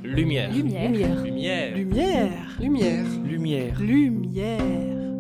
Lumière. Lumière. Lumière. Lumière. Lumière. Lumière. Lumière.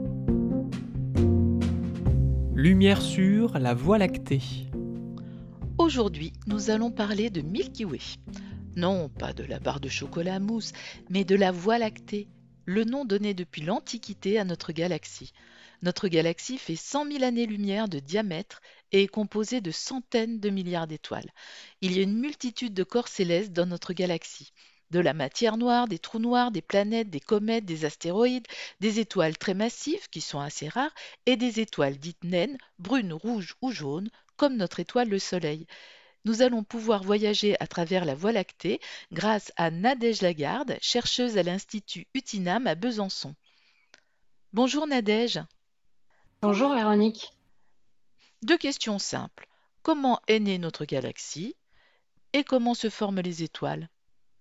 Lumière sur la Voie lactée. Aujourd'hui, nous allons parler de Milky Way. Non, pas de la barre de chocolat à mousse, mais de la Voie lactée, le nom donné depuis l'Antiquité à notre galaxie. Notre galaxie fait 100 000 années-lumière de diamètre et est composée de centaines de milliards d'étoiles. Il y a une multitude de corps célestes dans notre galaxie. De la matière noire, des trous noirs, des planètes, des comètes, des astéroïdes, des étoiles très massives qui sont assez rares et des étoiles dites naines, brunes, rouges ou jaunes, comme notre étoile le Soleil. Nous allons pouvoir voyager à travers la Voie lactée grâce à Nadège Lagarde, chercheuse à l'Institut Utinam à Besançon. Bonjour Nadège. Bonjour Véronique. 2 questions simples. Comment est née notre galaxie et comment se forment les étoiles?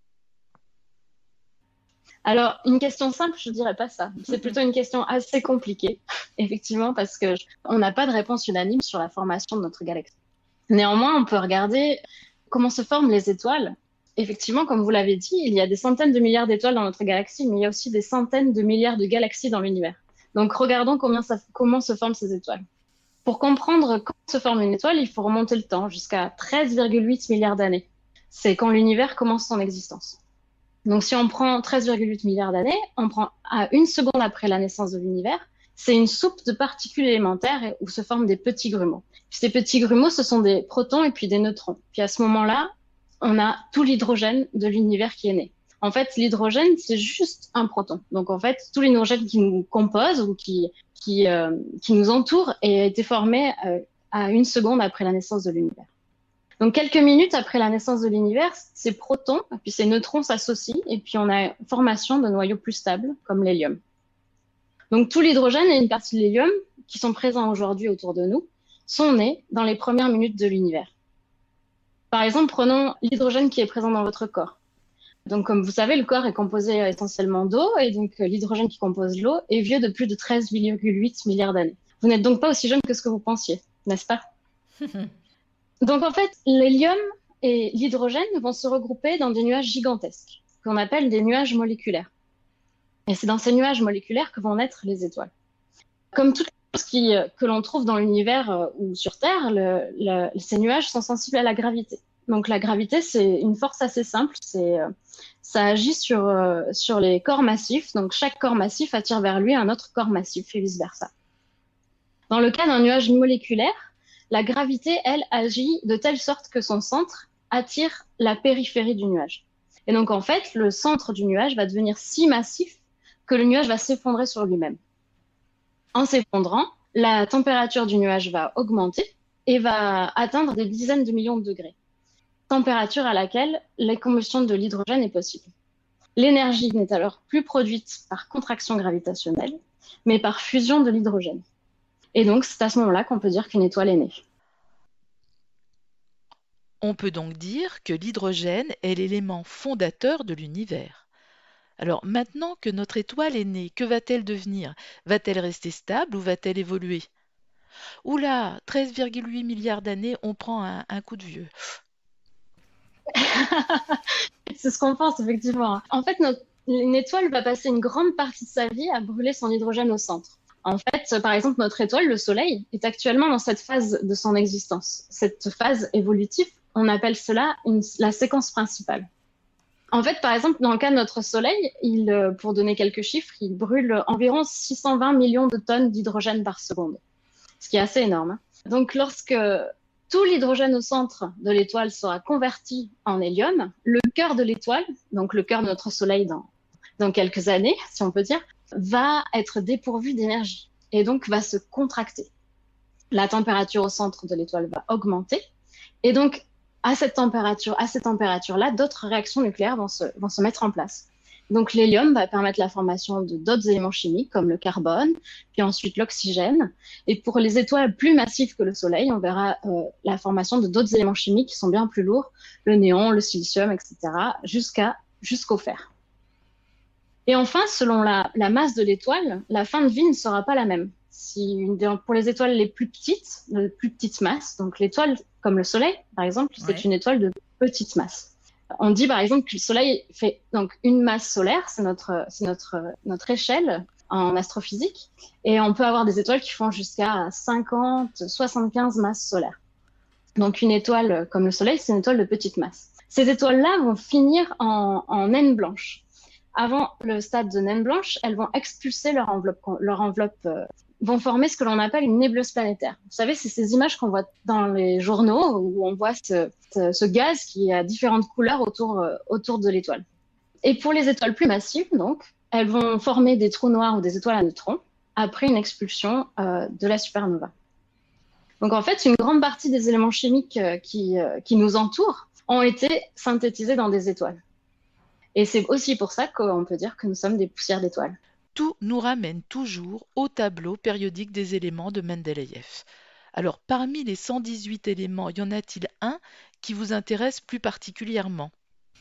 Alors, une question simple, je ne dirais pas ça. C'est plutôt une question assez compliquée, effectivement, parce qu'on n'a pas de réponse unanime sur la formation de notre galaxie. Néanmoins, on peut regarder comment se forment les étoiles. Effectivement, comme vous l'avez dit, il y a des centaines de milliards d'étoiles dans notre galaxie, mais il y a aussi des centaines de milliards de galaxies dans l'univers. Donc, regardons comment se forment ces étoiles. Pour comprendre comment se forme une étoile, il faut remonter le temps jusqu'à 13,8 milliards d'années. C'est quand l'univers commence son existence. Donc, si on prend 13,8 milliards d'années, on prend à 1 seconde après la naissance de l'univers, c'est une soupe de particules élémentaires où se forment des petits grumeaux. Ces petits grumeaux, ce sont des protons et puis des neutrons. Puis à ce moment-là, on a tout l'hydrogène de l'univers qui est né. En fait, l'hydrogène, c'est juste un proton. Donc, en fait, tout l'hydrogène qui nous compose ou qui nous entoure a été formé à 1 seconde après la naissance de l'univers. Donc, quelques minutes après la naissance de l'univers, ces protons et puis ces neutrons s'associent et puis on a formation de noyaux plus stables, comme l'hélium. Donc, tout l'hydrogène et une partie de l'hélium qui sont présents aujourd'hui autour de nous sont nés dans les premières minutes de l'univers. Par exemple, prenons l'hydrogène qui est présent dans votre corps. Donc, comme vous savez, le corps est composé essentiellement d'eau et donc l'hydrogène qui compose l'eau est vieux de plus de 13,8 milliards d'années. Vous n'êtes donc pas aussi jeune que ce que vous pensiez, n'est-ce pas? Donc, en fait, l'hélium et l'hydrogène vont se regrouper dans des nuages gigantesques qu'on appelle des nuages moléculaires. Et c'est dans ces nuages moléculaires que vont naître les étoiles. Comme toutes les choses que l'on trouve dans l'univers ou sur Terre, ces nuages sont sensibles à la gravité. Donc, la gravité, c'est une force assez simple. Ça agit sur les corps massifs. Donc, chaque corps massif attire vers lui un autre corps massif et vice-versa. Dans le cas d'un nuage moléculaire, la gravité, elle, agit de telle sorte que son centre attire la périphérie du nuage. Et donc, en fait, le centre du nuage va devenir si massif que le nuage va s'effondrer sur lui-même. En s'effondrant, la température du nuage va augmenter et va atteindre des dizaines de millions de degrés. Température à laquelle la combustion de l'hydrogène est possible. L'énergie n'est alors plus produite par contraction gravitationnelle, mais par fusion de l'hydrogène. Et donc, c'est à ce moment-là qu'on peut dire qu'une étoile est née. On peut donc dire que l'hydrogène est l'élément fondateur de l'univers. Alors maintenant que notre étoile est née, que va-t-elle devenir? Va-t-elle rester stable ou va-t-elle évoluer? Oula, 13,8 milliards d'années, on prend un coup de vieux. C'est ce qu'on pense, effectivement. En fait, une étoile va passer une grande partie de sa vie à brûler son hydrogène au centre. En fait, par exemple, notre étoile, le Soleil, est actuellement dans cette phase de son existence. Cette phase évolutive, on appelle cela la séquence principale. En fait, par exemple, dans le cas de notre Soleil, pour donner quelques chiffres, il brûle environ 620 millions de tonnes d'hydrogène par seconde, ce qui est assez énorme. Donc, lorsque tout l'hydrogène au centre de l'étoile sera converti en hélium, le cœur de l'étoile, donc le cœur de notre Soleil dans quelques années, si on peut dire, va être dépourvu d'énergie et donc va se contracter. La température au centre de l'étoile va augmenter et donc à cette température-là, d'autres réactions nucléaires vont se mettre en place. Donc l'hélium va permettre la formation de d'autres éléments chimiques comme le carbone, puis ensuite l'oxygène. Et pour les étoiles plus massives que le Soleil, on verra la formation de d'autres éléments chimiques qui sont bien plus lourds, le néon, le silicium, etc., jusqu'au fer. Et enfin, selon la masse de l'étoile, la fin de vie ne sera pas la même. Pour les étoiles les plus petites, de plus petite masse, donc l'étoile comme le Soleil, par exemple, c'est une étoile de petite masse. On dit par exemple que le Soleil fait donc une masse solaire, c'est notre échelle en astrophysique, et on peut avoir des étoiles qui font jusqu'à 50, 75 masses solaires. Donc une étoile comme le Soleil, c'est une étoile de petite masse. Ces étoiles-là vont finir en naines blanches. Avant le stade de naines blanches, elles vont expulser leur enveloppe vont former ce que l'on appelle une nébuleuse planétaire. Vous savez, c'est ces images qu'on voit dans les journaux où on voit ce gaz qui a différentes couleurs autour de l'étoile. Et pour les étoiles plus massives, donc, elles vont former des trous noirs ou des étoiles à neutrons après une expulsion de la supernova. Donc en fait, une grande partie des éléments chimiques qui nous entourent ont été synthétisés dans des étoiles. Et c'est aussi pour ça qu'on peut dire que nous sommes des poussières d'étoiles. Tout nous ramène toujours au tableau périodique des éléments de Mendeleïev. Alors, parmi les 118 éléments, y en a-t-il un qui vous intéresse plus particulièrement?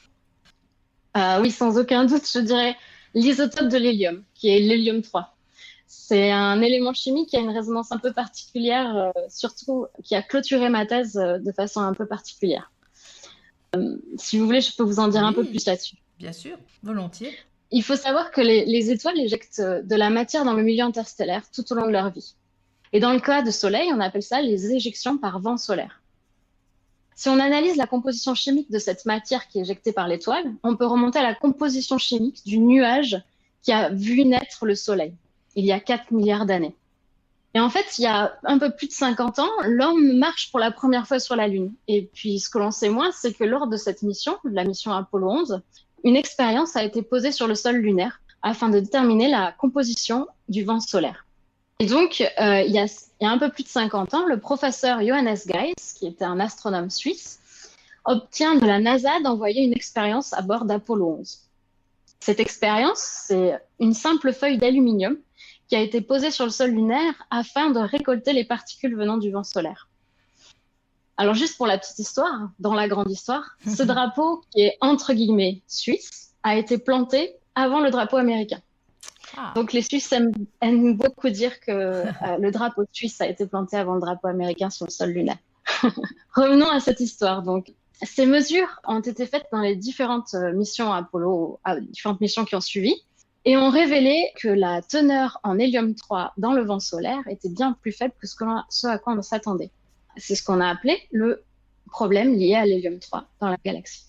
Oui, sans aucun doute, je dirais l'isotope de l'hélium, qui est l'hélium 3. C'est un élément chimique qui a une résonance un peu particulière, surtout qui a clôturé ma thèse de façon un peu particulière. Si vous voulez, je peux vous en dire un peu plus là-dessus. Bien sûr, volontiers. Il faut savoir que les étoiles éjectent de la matière dans le milieu interstellaire tout au long de leur vie. Et dans le cas de Soleil, on appelle ça les éjections par vent solaire. Si on analyse la composition chimique de cette matière qui est éjectée par l'étoile, on peut remonter à la composition chimique du nuage qui a vu naître le Soleil, il y a 4 milliards d'années. Et en fait, il y a un peu plus de 50 ans, l'homme marche pour la première fois sur la Lune. Et puis, ce que l'on sait moins, c'est que lors de cette mission, la mission Apollo 11, une expérience a été posée sur le sol lunaire afin de déterminer la composition du vent solaire. Et donc, il y a un peu plus de 50 ans, le professeur Johannes Geis, qui était un astronome suisse, obtient de la NASA d'envoyer une expérience à bord d'Apollo 11. Cette expérience, c'est une simple feuille d'aluminium qui a été posée sur le sol lunaire afin de récolter les particules venant du vent solaire. Alors, juste pour la petite histoire, dans la grande histoire, ce drapeau, qui est entre guillemets suisse, a été planté avant le drapeau américain. Ah. Donc, les Suisses aiment beaucoup dire que le drapeau suisse a été planté avant le drapeau américain sur le sol lunaire. Revenons à cette histoire. Donc, ces mesures ont été faites dans les différentes missions Apollo, différentes missions qui ont suivi, et ont révélé que la teneur en hélium 3 dans le vent solaire était bien plus faible que ce à quoi on s'attendait. C'est ce qu'on a appelé le problème lié à l'hélium 3 dans la galaxie.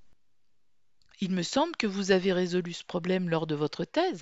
Il me semble que vous avez résolu ce problème lors de votre thèse.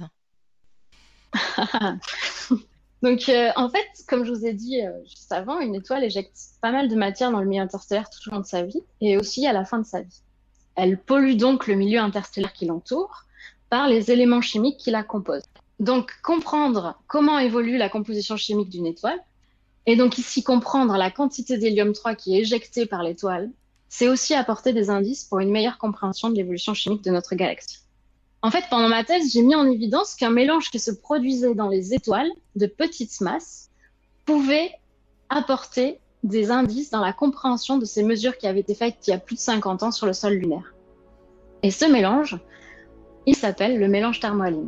Donc, en fait, comme je vous ai dit juste avant, une étoile éjecte pas mal de matière dans le milieu interstellaire tout au long de sa vie et aussi à la fin de sa vie. Elle pollue donc le milieu interstellaire qui l'entoure par les éléments chimiques qui la composent. Donc, comprendre comment évolue la composition chimique d'une étoile, et donc ici comprendre la quantité d'hélium 3 qui est éjectée par l'étoile, c'est aussi apporter des indices pour une meilleure compréhension de l'évolution chimique de notre galaxie. En fait, pendant ma thèse, j'ai mis en évidence qu'un mélange qui se produisait dans les étoiles de petites masses pouvait apporter des indices dans la compréhension de ces mesures qui avaient été faites il y a plus de 50 ans sur le sol lunaire. Et ce mélange, il s'appelle le mélange thermohaline.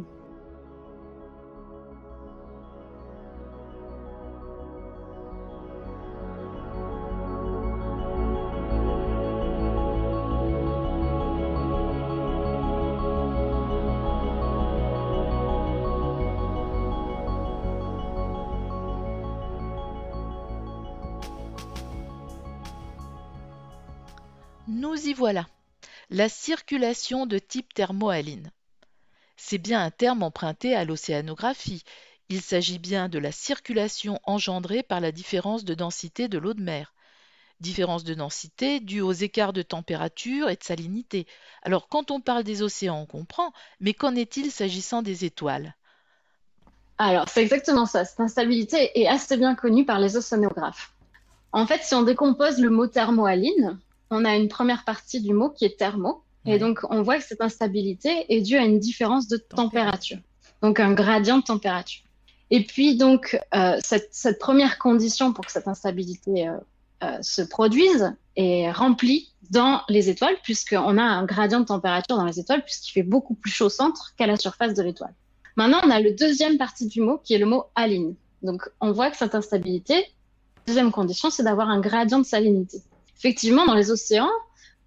Nous y voilà. La circulation de type thermohaline. C'est bien un terme emprunté à l'océanographie. Il s'agit bien de la circulation engendrée par la différence de densité de l'eau de mer. Différence de densité due aux écarts de température et de salinité. Alors, quand on parle des océans, on comprend, mais qu'en est-il s'agissant des étoiles? Alors, c'est exactement ça. Cette instabilité est assez bien connue par les océanographes. En fait, si on décompose le mot thermohaline, on a une première partie du mot qui est thermo. Et donc, on voit que cette instabilité est due à une différence de température. Donc, un gradient de température. Et puis, donc, cette première condition pour que cette instabilité se produise est remplie dans les étoiles, puisqu'on a un gradient de température dans les étoiles, puisqu'il fait beaucoup plus chaud au centre qu'à la surface de l'étoile. Maintenant, on a la deuxième partie du mot qui est le mot haline. Donc, on voit que cette instabilité, deuxième condition, c'est d'avoir un gradient de salinité. Effectivement, dans les océans,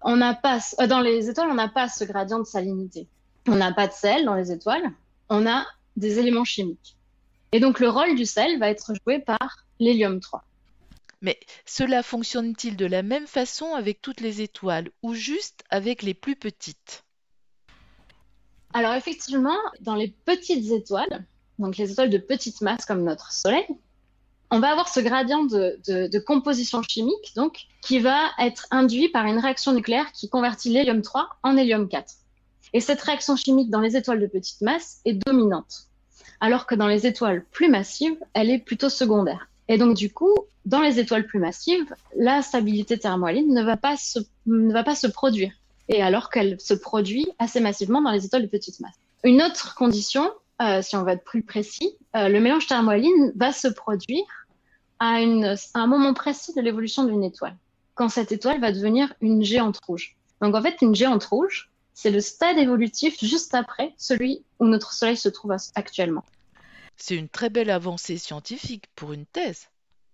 On n'a pas, dans les étoiles, on n'a pas ce gradient de salinité. On n'a pas de sel dans les étoiles, on a des éléments chimiques. Et donc le rôle du sel va être joué par l'hélium 3. Mais cela fonctionne-t-il de la même façon avec toutes les étoiles ou juste avec les plus petites? Alors effectivement, dans les petites étoiles, donc les étoiles de petite masse comme notre Soleil, on va avoir ce gradient de composition chimique donc, qui va être induit par une réaction nucléaire qui convertit l'hélium 3 en hélium 4. Et cette réaction chimique dans les étoiles de petite masse est dominante, alors que dans les étoiles plus massives, elle est plutôt secondaire. Et donc du coup, dans les étoiles plus massives, la stabilité thermohaline ne va pas se produire, et alors qu'elle se produit assez massivement dans les étoiles de petite masse. Une autre condition, si on va être plus précis, le mélange thermohaline va se produire à un moment précis de l'évolution d'une étoile, quand cette étoile va devenir une géante rouge. Donc en fait, une géante rouge, c'est le stade évolutif juste après celui où notre Soleil se trouve actuellement. C'est une très belle avancée scientifique pour une thèse.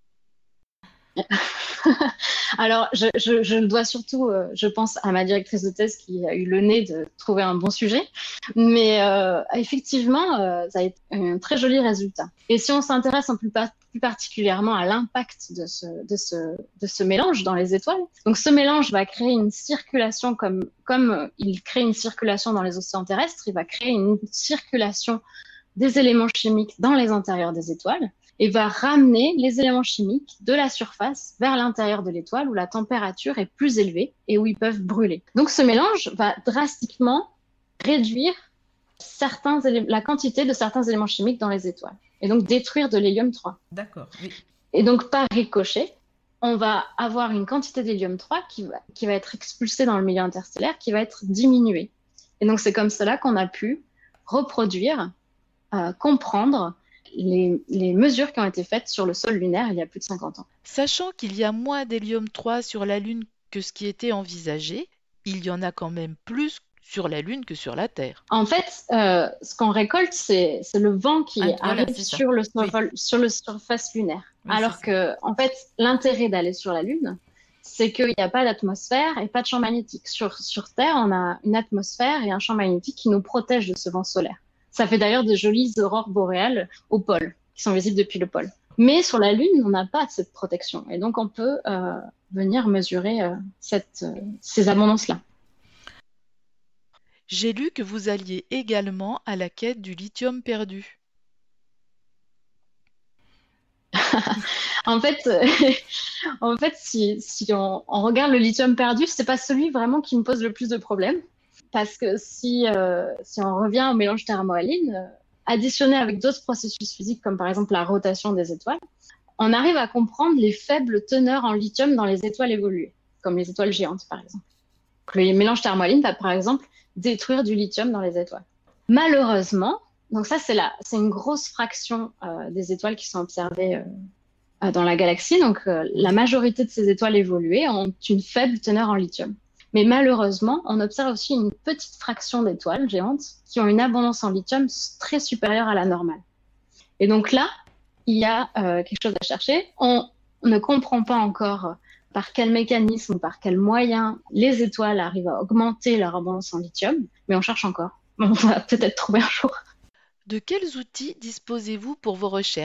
Alors, je le dois surtout, je pense, à ma directrice de thèse qui a eu le nez de trouver un bon sujet. Mais effectivement, ça a été un très joli résultat. Et si on s'intéresse plus particulièrement à l'impact de ce mélange dans les étoiles, donc ce mélange va créer une circulation comme il crée une circulation dans les océans terrestres, il va créer une circulation des éléments chimiques dans les intérieurs des étoiles et va ramener les éléments chimiques de la surface vers l'intérieur de l'étoile où la température est plus élevée et où ils peuvent brûler. Donc ce mélange va drastiquement réduire la quantité de certains éléments chimiques dans les étoiles et donc détruire de l'hélium 3. D'accord, oui. Et donc par ricochet, on va avoir une quantité d'hélium 3 qui va être expulsée dans le milieu interstellaire, qui va être diminuée. Et donc c'est comme cela qu'on a pu reproduire, comprendre les mesures qui ont été faites sur le sol lunaire il y a plus de 50 ans. Sachant qu'il y a moins d'hélium 3 sur la Lune que ce qui était envisagé, il y en a quand même plus sur la Lune que sur la Terre. En fait, ce qu'on récolte, c'est le vent qui arrive sur le surface lunaire. Oui, alors que, en fait, l'intérêt d'aller sur la Lune, c'est qu'il n'y a pas d'atmosphère et pas de champ magnétique. Sur Terre, on a une atmosphère et un champ magnétique qui nous protègent de ce vent solaire. Ça fait d'ailleurs des jolies aurores boréales au pôle, qui sont visibles depuis le pôle. Mais sur la Lune, on n'a pas cette protection. Et donc, on peut venir mesurer ces abondances-là. J'ai lu que vous alliez également à la quête du lithium perdu. En fait, si on regarde le lithium perdu, c'est pas celui vraiment qui me pose le plus de problèmes. Parce que si on revient au mélange thermohaline, additionné avec d'autres processus physiques, comme par exemple la rotation des étoiles, on arrive à comprendre les faibles teneurs en lithium dans les étoiles évoluées, comme les étoiles géantes, par exemple. Donc, le mélange thermohaline va, par exemple, détruire du lithium dans les étoiles. Malheureusement, donc ça, c'est une grosse fraction des étoiles qui sont observées dans la galaxie. Donc, la majorité de ces étoiles évoluées ont une faible teneur en lithium. Mais malheureusement, on observe aussi une petite fraction d'étoiles géantes qui ont une abondance en lithium très supérieure à la normale. Et donc là, il y a quelque chose à chercher. On ne comprend pas encore par quel mécanisme ou par quel moyen les étoiles arrivent à augmenter leur abondance en lithium, mais on cherche encore. On va peut-être trouver un jour. De quels outils disposez-vous pour vos recherches ?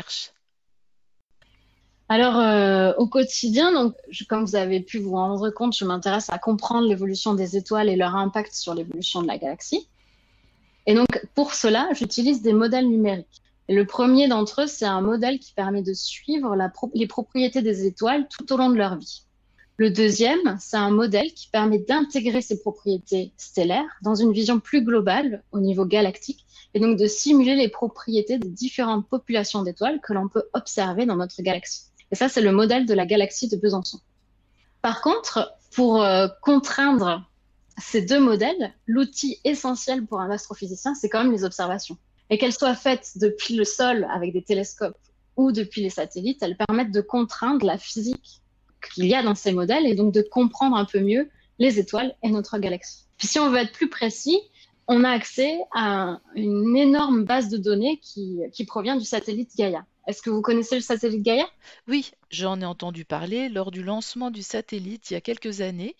Alors, au quotidien, donc, comme vous avez pu vous rendre compte, je m'intéresse à comprendre l'évolution des étoiles et leur impact sur l'évolution de la galaxie. Et donc, pour cela, j'utilise des modèles numériques. Et le premier d'entre eux, c'est un modèle qui permet de suivre les propriétés des étoiles tout au long de leur vie. Le deuxième, c'est un modèle qui permet d'intégrer ces propriétés stellaires dans une vision plus globale au niveau galactique et donc de simuler les propriétés des différentes populations d'étoiles que l'on peut observer dans notre galaxie. Et ça, c'est le modèle de la galaxie de Besançon. Par contre, pour contraindre ces deux modèles, l'outil essentiel pour un astrophysicien, c'est quand même les observations. Et qu'elles soient faites depuis le sol avec des télescopes ou depuis les satellites, elles permettent de contraindre la physique qu'il y a dans ces modèles et donc de comprendre un peu mieux les étoiles et notre galaxie. Puis si on veut être plus précis, on a accès à une énorme base de données qui provient du satellite Gaïa. Est-ce que vous connaissez le satellite Gaïa ? Oui, j'en ai entendu parler lors du lancement du satellite il y a quelques années,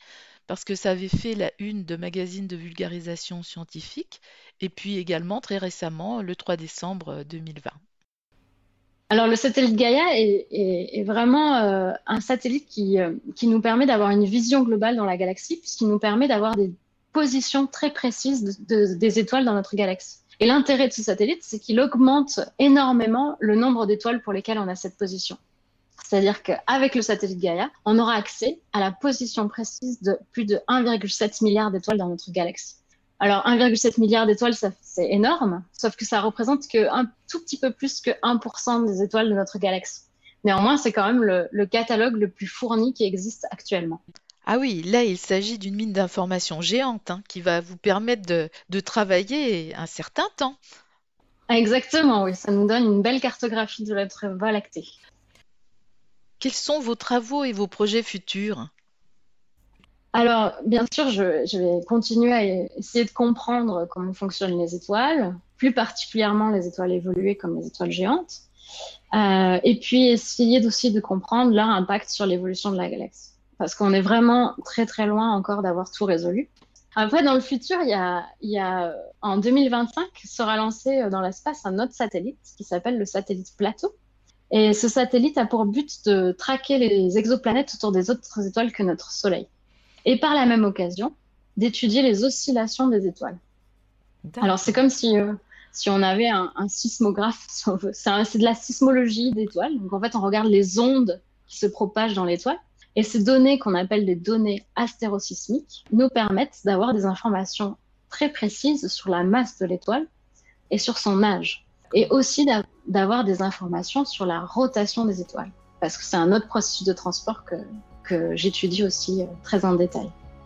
parce que ça avait fait la une de magazines de vulgarisation scientifique, et puis également très récemment, le 3 décembre 2020. Alors, le satellite Gaïa est vraiment un satellite qui nous permet d'avoir une vision globale dans la galaxie, puisqu'il nous permet d'avoir des positions très précises des étoiles dans notre galaxie. Et l'intérêt de ce satellite, c'est qu'il augmente énormément le nombre d'étoiles pour lesquelles on a cette position. C'est-à-dire qu'avec le satellite Gaïa, on aura accès à la position précise de plus de 1,7 milliard d'étoiles dans notre galaxie. Alors, 1,7 milliard d'étoiles, c'est énorme, sauf que ça représente qu'un tout petit peu plus que 1% des étoiles de notre galaxie. Néanmoins, c'est quand même le catalogue le plus fourni qui existe actuellement. Ah oui, là, il s'agit d'une mine d'informations géante qui va vous permettre de travailler un certain temps. Exactement, oui, ça nous donne une belle cartographie de notre Voie lactée. Quels sont vos travaux et vos projets futurs? Alors, bien sûr, je vais continuer à essayer de comprendre comment fonctionnent les étoiles, plus particulièrement les étoiles évoluées comme les étoiles géantes, et puis essayer aussi de comprendre leur impact sur l'évolution de la galaxie, parce qu'on est vraiment très très loin encore d'avoir tout résolu. Après, dans le futur, il y a en 2025 sera lancé dans l'espace un autre satellite qui s'appelle le satellite Plateau. Et ce satellite a pour but de traquer les exoplanètes autour des autres étoiles que notre Soleil. Et par la même occasion, d'étudier les oscillations des étoiles. Alors, c'est comme si on avait un sismographe, si on veut. C'est de la sismologie d'étoiles. Donc, en fait, on regarde les ondes qui se propagent dans l'étoile. Et ces données qu'on appelle des données astérosismiques nous permettent d'avoir des informations très précises sur la masse de l'étoile et sur son âge. Et aussi d'avoir des informations sur la rotation des étoiles. Parce que c'est un autre processus de transport que j'étudie aussi très en détail.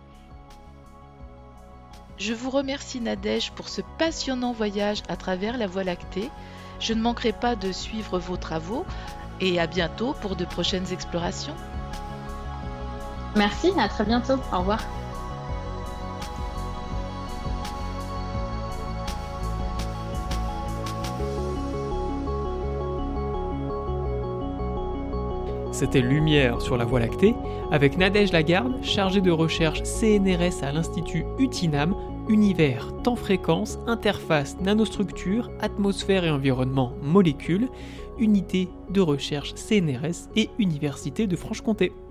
Je vous remercie Nadège pour ce passionnant voyage à travers la Voie lactée. Je ne manquerai pas de suivre vos travaux et à bientôt pour de prochaines explorations. Merci, à très bientôt. Au revoir. C'était Lumière sur la Voie lactée avec Nadège Lagarde, chargée de recherche CNRS à l'Institut UTINAM, Univers, temps-fréquence, interface, nanostructure, atmosphère et environnement, molécules, unité de recherche CNRS et Université de Franche-Comté.